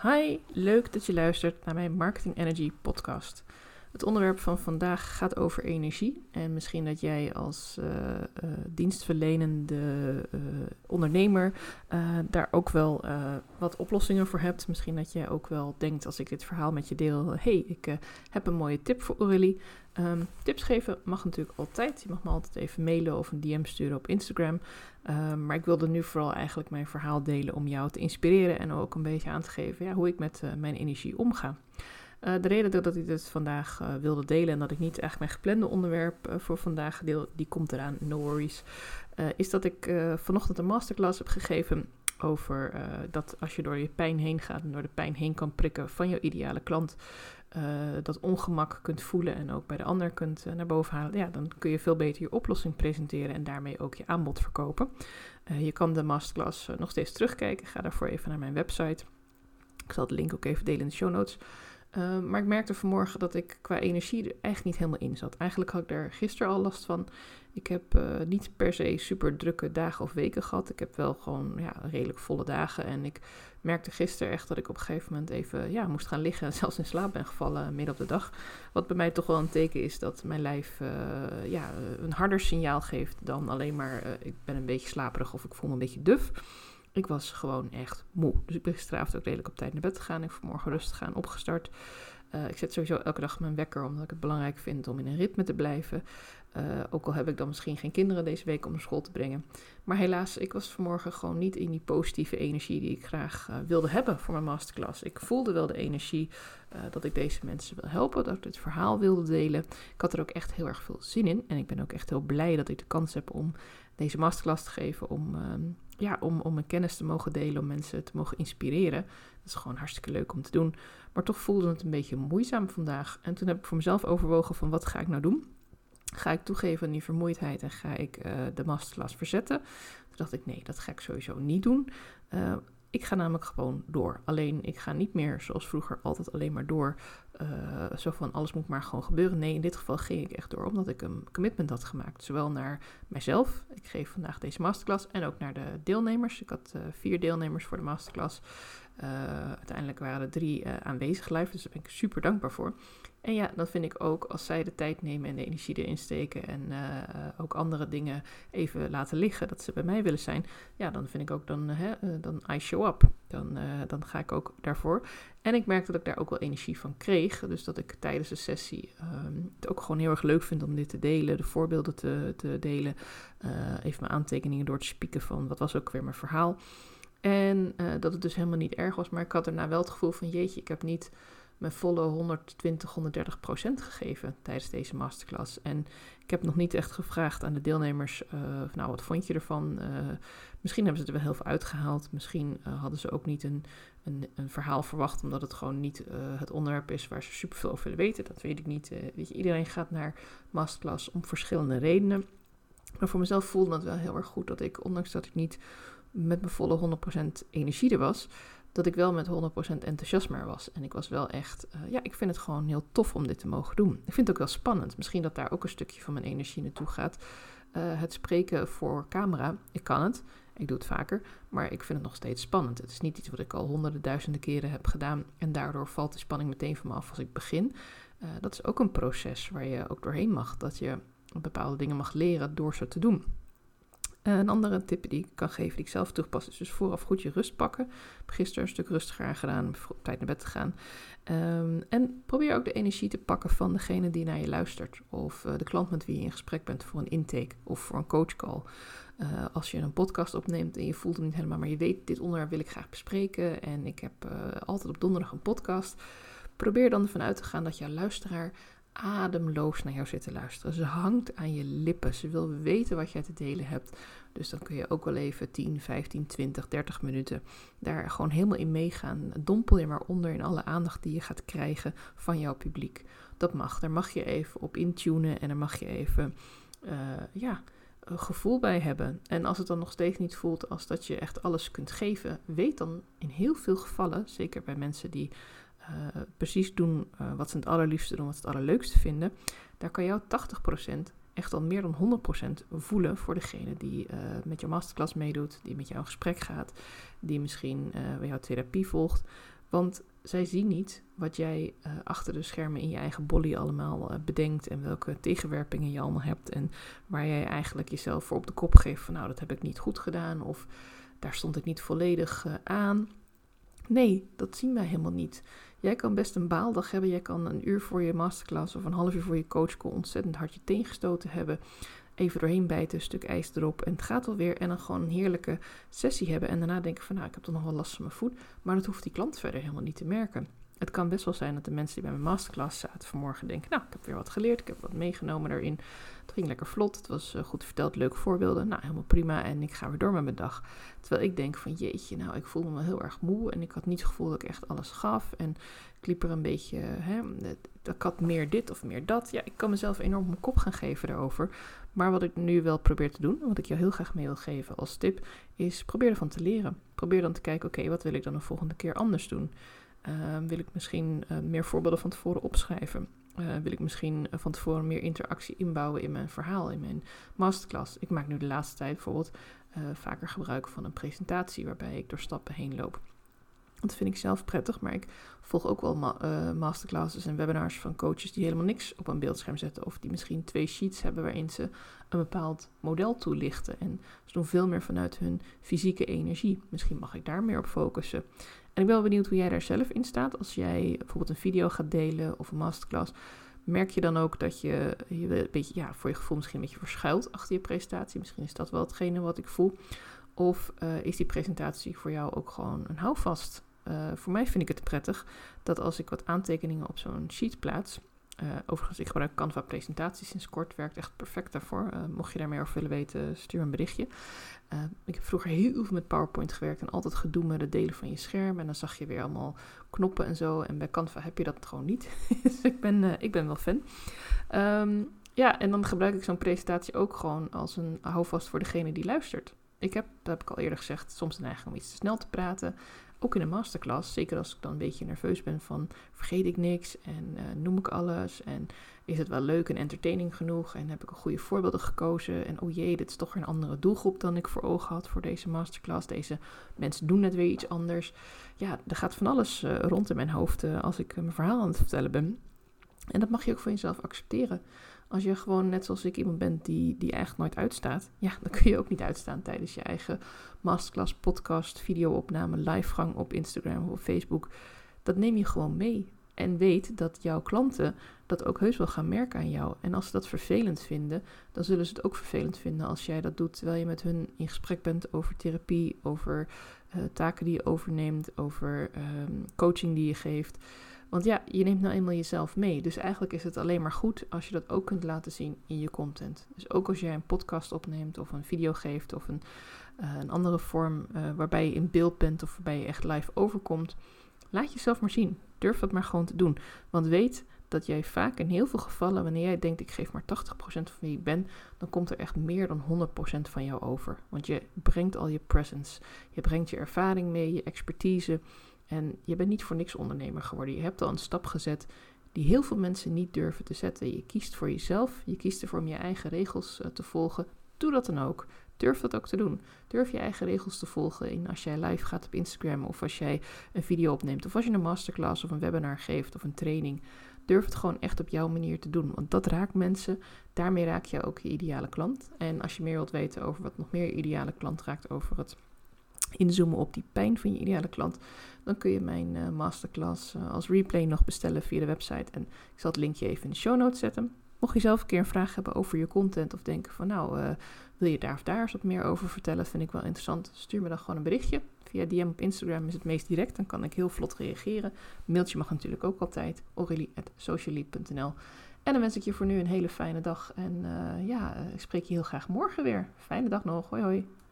Hi, leuk dat je luistert naar mijn Marketing Energy podcast. Het onderwerp van vandaag gaat over energie. En misschien dat jij als dienstverlenende ondernemer daar ook wel wat oplossingen voor hebt. Misschien dat jij ook wel denkt als ik dit verhaal met je deel. Ik heb een mooie tip voor Aurélie. Tips geven mag natuurlijk altijd. Je mag me altijd even mailen of een DM sturen op Instagram. Maar ik wilde nu vooral eigenlijk mijn verhaal delen om jou te inspireren en ook een beetje aan te geven hoe ik met mijn energie omga. De reden dat ik dit vandaag wilde delen en dat ik niet eigenlijk mijn geplande onderwerp voor vandaag deel, die komt eraan, no worries, is dat ik vanochtend een masterclass heb gegeven over dat als je door je pijn heen gaat en door de pijn heen kan prikken van jouw ideale klant, dat ongemak kunt voelen en ook bij de ander kunt naar boven halen, dan kun je veel beter je oplossing presenteren en daarmee ook je aanbod verkopen. Je kan de masterclass nog steeds terugkijken. Ga daarvoor even naar mijn website. Ik zal de link ook even delen in de show notes. Maar ik merkte vanmorgen dat ik qua energie er eigenlijk niet helemaal in zat. Eigenlijk had ik daar gisteren al last van. Ik heb niet per se super drukke dagen of weken gehad. Ik heb wel gewoon redelijk volle dagen. En ik merkte gisteren echt dat ik op een gegeven moment even moest gaan liggen. En zelfs in slaap ben gevallen midden op de dag. Wat bij mij toch wel een teken is dat mijn lijf een harder signaal geeft dan alleen maar ik ben een beetje slaperig of ik voel me een beetje duf. Ik was gewoon echt moe. Dus ik ben gisteravond ook redelijk op tijd naar bed gegaan. Ik heb vanmorgen rustig aan opgestart. Ik zet sowieso elke dag mijn wekker, omdat ik het belangrijk vind om in een ritme te blijven. Ook al heb ik dan misschien geen kinderen deze week om naar school te brengen. Maar helaas, ik was vanmorgen gewoon niet in die positieve energie die ik graag wilde hebben voor mijn masterclass. Ik voelde wel de energie dat ik deze mensen wil helpen, dat ik dit verhaal wilde delen. Ik had er ook echt heel erg veel zin in. En ik ben ook echt heel blij dat ik de kans heb om deze masterclass te geven, om mijn kennis te mogen delen, om mensen te mogen inspireren. Dat is gewoon hartstikke leuk om te doen. Maar toch voelde het een beetje moeizaam vandaag. En toen heb ik voor mezelf overwogen van wat ga ik nou doen? Ga ik toegeven aan die vermoeidheid en ga ik de masterclass verzetten? Toen dacht ik, nee, dat ga ik sowieso niet doen. Ik ga namelijk gewoon door. Alleen, ik ga niet meer zoals vroeger altijd alleen maar door. Zo van, alles moet maar gewoon gebeuren. Nee, in dit geval ging ik echt door, omdat ik een commitment had gemaakt. Zowel naar mijzelf, ik geef vandaag deze masterclass, en ook naar de deelnemers. Ik had 4 deelnemers voor de masterclass. Uiteindelijk waren er 3 aanwezig live, dus daar ben ik super dankbaar voor. En dan vind ik ook, als zij de tijd nemen en de energie erin steken en ook andere dingen even laten liggen, dat ze bij mij willen zijn, dan vind ik ook, dan I show up. Dan ga ik ook daarvoor. En ik merk dat ik daar ook wel energie van kreeg. Dus dat ik tijdens de sessie het ook gewoon heel erg leuk vind om dit te delen, de voorbeelden te delen, even mijn aantekeningen door te spieken van wat was ook weer mijn verhaal. En dat het dus helemaal niet erg was, maar ik had daarna wel het gevoel van jeetje, ik heb niet mijn volle 120-130% gegeven tijdens deze masterclass. En ik heb nog niet echt gevraagd aan de deelnemers, wat vond je ervan? Misschien hebben ze er wel heel veel uitgehaald. Misschien hadden ze ook niet een verhaal verwacht, omdat het gewoon niet het onderwerp is waar ze superveel over willen weten. Dat weet ik niet. Iedereen gaat naar masterclass om verschillende redenen. Maar voor mezelf voelde het wel heel erg goed dat ik, ondanks dat ik niet met mijn volle 100% energie er was, dat ik wel met 100% enthousiasme er was. En ik was wel echt, ik vind het gewoon heel tof om dit te mogen doen. Ik vind het ook wel spannend. Misschien dat daar ook een stukje van mijn energie naartoe gaat. Het spreken voor camera, ik kan het. Ik doe het vaker, maar ik vind het nog steeds spannend. Het is niet iets wat ik al honderden, duizenden keren heb gedaan en daardoor valt de spanning meteen van me af als ik begin. Dat is ook een proces waar je ook doorheen mag. Dat je bepaalde dingen mag leren door ze te doen. Een andere tip die ik kan geven, die ik zelf toepas, is dus vooraf goed je rust pakken. Ik heb gisteren een stuk rustiger aangedaan, om op tijd naar bed te gaan. En probeer ook de energie te pakken van degene die naar je luistert. Of de klant met wie je in gesprek bent voor een intake of voor een coachcall. Als je een podcast opneemt en je voelt hem niet helemaal, maar je weet, dit onderwerp wil ik graag bespreken. En ik heb altijd op donderdag een podcast. Probeer dan ervan uit te gaan dat jouw luisteraar ademloos naar jou zit te luisteren. Ze hangt aan je lippen. Ze wil weten wat jij te delen hebt. Dus dan kun je ook wel even 10, 15, 20, 30 minuten daar gewoon helemaal in meegaan. Dompel je maar onder in alle aandacht die je gaat krijgen van jouw publiek. Dat mag. Daar mag je even op intunen en daar mag je even een gevoel bij hebben. En als het dan nog steeds niet voelt als dat je echt alles kunt geven, weet dan in heel veel gevallen, zeker bij mensen die precies doen wat ze het allerliefste doen, wat ze het allerleukste vinden, daar kan jouw 80% echt al meer dan 100% voelen voor degene die met jouw masterclass meedoet, die met jou in gesprek gaat, die misschien bij jouw therapie volgt. Want zij zien niet wat jij achter de schermen in je eigen bolly allemaal bedenkt en welke tegenwerpingen je allemaal hebt en waar jij eigenlijk jezelf voor op de kop geeft van nou, dat heb ik niet goed gedaan of daar stond ik niet volledig aan. Nee, dat zien wij helemaal niet. Jij kan best een baaldag hebben, jij kan een uur voor je masterclass of een half uur voor je coachcall ontzettend hard je teen gestoten hebben. Even doorheen bijten, een stuk ijs erop en het gaat wel weer. En dan gewoon een heerlijke sessie hebben. En daarna denken van, nou, ik heb toch nog wel last van mijn voet. Maar dat hoeft die klant verder helemaal niet te merken. Het kan best wel zijn dat de mensen die bij mijn masterclass zaten vanmorgen denken, nou, ik heb weer wat geleerd. Ik heb wat meegenomen daarin. Het ging lekker vlot. Het was goed verteld, leuke voorbeelden. Nou, helemaal prima. En ik ga weer door met mijn dag. Terwijl ik denk van, jeetje, nou, ik voel me wel heel erg moe. En ik had niet het gevoel dat ik echt alles gaf. En ik liep er een beetje, ik had meer dit of meer dat. Ja, ik kan mezelf enorm mijn kop gaan geven daarover. Maar wat ik nu wel probeer te doen, wat ik jou heel graag mee wil geven als tip, is probeer ervan te leren. Probeer dan te kijken, oké, wat wil ik dan de volgende keer anders doen? Wil ik misschien meer voorbeelden van tevoren opschrijven? Wil ik misschien van tevoren meer interactie inbouwen in mijn verhaal, in mijn masterclass? Ik maak nu de laatste tijd bijvoorbeeld vaker gebruik van een presentatie waarbij ik door stappen heen loop. Dat vind ik zelf prettig, maar ik volg ook wel masterclasses en webinars van coaches die helemaal niks op een beeldscherm zetten. Of die misschien 2 sheets hebben waarin ze een bepaald model toelichten. En ze doen veel meer vanuit hun fysieke energie. Misschien mag ik daar meer op focussen. En ik ben wel benieuwd hoe jij daar zelf in staat. Als jij bijvoorbeeld een video gaat delen of een masterclass, merk je dan ook dat je een beetje, ja, voor je gevoel misschien een beetje verschuilt achter je presentatie. Misschien is dat wel hetgene wat ik voel. Of is die presentatie voor jou ook gewoon een houvast? Voor mij vind ik het prettig dat als ik wat aantekeningen op zo'n sheet plaats. Overigens, ik gebruik Canva presentaties sinds kort. Werkt echt perfect daarvoor. Mocht je daar meer over willen weten, stuur een berichtje. Ik heb vroeger heel veel met PowerPoint gewerkt en altijd gedoe met het delen van je scherm. En dan zag je weer allemaal knoppen en zo. En bij Canva heb je dat gewoon niet. Dus ik ben wel fan. Ja, en dan gebruik ik zo'n presentatie ook gewoon als een houvast voor degene die luistert. Dat heb ik al eerder gezegd, soms de neiging om iets te snel te praten. Ook in een masterclass, zeker als ik dan een beetje nerveus ben van vergeet ik niks en noem ik alles en is het wel leuk en entertaining genoeg en heb ik een goede voorbeelden gekozen en oh jee, dit is toch weer een andere doelgroep dan ik voor ogen had voor deze masterclass. Deze mensen doen net weer iets anders. Ja, er gaat van alles rond in mijn hoofd als ik mijn verhaal aan het vertellen ben. En dat mag je ook voor jezelf accepteren. Als je gewoon net zoals ik iemand bent die eigenlijk nooit uitstaat, ja, dan kun je ook niet uitstaan tijdens je eigen masterclass, podcast, videoopname, livegang op Instagram of op Facebook. Dat neem je gewoon mee. En weet dat jouw klanten dat ook heus wel gaan merken aan jou. En als ze dat vervelend vinden, dan zullen ze het ook vervelend vinden als jij dat doet terwijl je met hun in gesprek bent over therapie, over taken die je overneemt, over coaching die je geeft. Want ja, je neemt nou eenmaal jezelf mee. Dus eigenlijk is het alleen maar goed als je dat ook kunt laten zien in je content. Dus ook als jij een podcast opneemt of een video geeft of een andere vorm waarbij je in beeld bent of waarbij je echt live overkomt. Laat jezelf maar zien. Durf dat maar gewoon te doen. Want weet dat jij vaak in heel veel gevallen, wanneer jij denkt ik geef maar 80% van wie ik ben, dan komt er echt meer dan 100% van jou over. Want je brengt al je presence. Je brengt je ervaring mee, je expertise. En je bent niet voor niks ondernemer geworden. Je hebt al een stap gezet die heel veel mensen niet durven te zetten. Je kiest voor jezelf. Je kiest ervoor om je eigen regels te volgen. Doe dat dan ook. Durf dat ook te doen. Durf je eigen regels te volgen als jij live gaat op Instagram of als jij een video opneemt of als je een masterclass of een webinar geeft of een training. Durf het gewoon echt op jouw manier te doen. Want dat raakt mensen. Daarmee raak je ook je ideale klant. En als je meer wilt weten over wat nog meer je ideale klant raakt, over het inzoomen op die pijn van je ideale klant, dan kun je mijn masterclass als replay nog bestellen via de website. En ik zal het linkje even in de show notes zetten. Mocht je zelf een keer een vraag hebben over je content of denken van nou, wil je daar of daar eens wat meer over vertellen, vind ik wel interessant. Stuur me dan gewoon een berichtje. Via DM op Instagram is het meest direct, dan kan ik heel vlot reageren. Mailtje mag natuurlijk ook altijd, aurelie@socialleap.nl. En dan wens ik je voor nu een hele fijne dag en ik spreek je heel graag morgen weer. Fijne dag nog, hoi hoi.